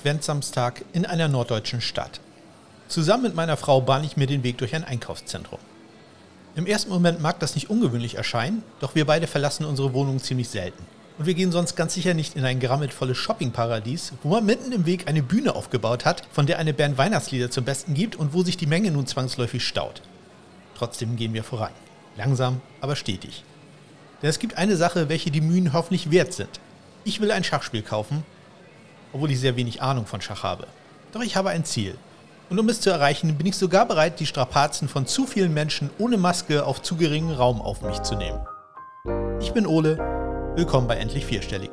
Adventssamstag in einer norddeutschen Stadt. Zusammen mit meiner Frau bahne ich mir den Weg durch ein Einkaufszentrum. Im ersten Moment mag das nicht ungewöhnlich erscheinen, doch wir beide verlassen unsere Wohnung ziemlich selten. Und wir gehen sonst ganz sicher nicht in ein gerammeltvolles Shoppingparadies, wo man mitten im Weg eine Bühne aufgebaut hat, von der eine Band Weihnachtslieder zum Besten gibt und wo sich die Menge nun zwangsläufig staut. Trotzdem gehen wir voran. Langsam, aber stetig. Denn es gibt eine Sache, welche die Mühen hoffentlich wert sind. Ich will ein Schachspiel kaufen, obwohl ich sehr wenig Ahnung von Schach habe. Doch ich habe ein Ziel. Und um es zu erreichen, bin ich sogar bereit, die Strapazen von zu vielen Menschen ohne Maske auf zu geringen Raum auf mich zu nehmen. Ich bin Ole, willkommen bei Endlich Vierstellig.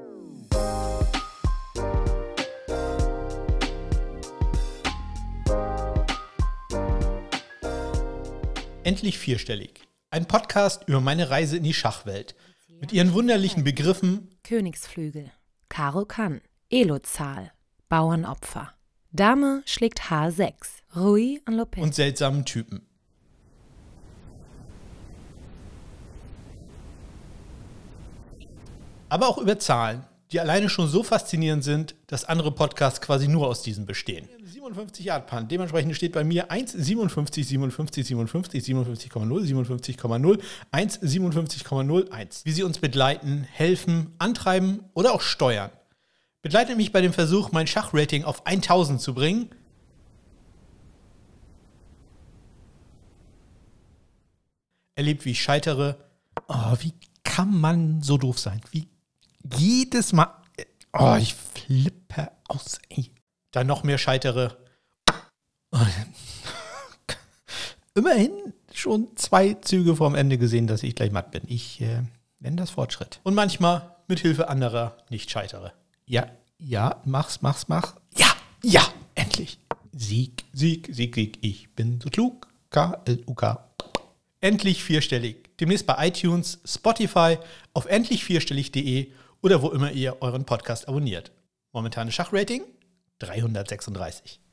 Endlich Vierstellig. Ein Podcast über meine Reise in die Schachwelt. Mit ihren wunderlichen Begriffen Königsflügel, Karo kann, Elo-Zahl, Bauernopfer, Dame schlägt H6, Rui an Lopez und seltsamen Typen. Aber auch über Zahlen, die alleine schon so faszinierend sind, dass andere Podcasts quasi nur aus diesen bestehen. 57 Yard Punt, dementsprechend steht bei mir 1,57, 57, 57, 57,0, 57,0, 1,57,01. Wie sie uns begleiten, helfen, antreiben oder auch steuern. Begleitet mich bei dem Versuch, mein Schachrating auf 1000 zu bringen. Erlebt, wie ich scheitere. Oh, wie kann man so doof sein? Wie jedes Mal. Oh, ich flippe aus, ey. Dann noch mehr scheitere. Immerhin schon 2 Züge vorm Ende gesehen, dass ich gleich matt bin. Ich nenne das Fortschritt. Und manchmal mit Hilfe anderer nicht scheitere. Ja, mach. Ja, endlich. Sieg. Ich bin so klug. K-L-U-K. Endlich vierstellig. Demnächst bei iTunes, Spotify, auf endlichvierstellig.de oder wo immer ihr euren Podcast abonniert. Momentane Schachrating 336.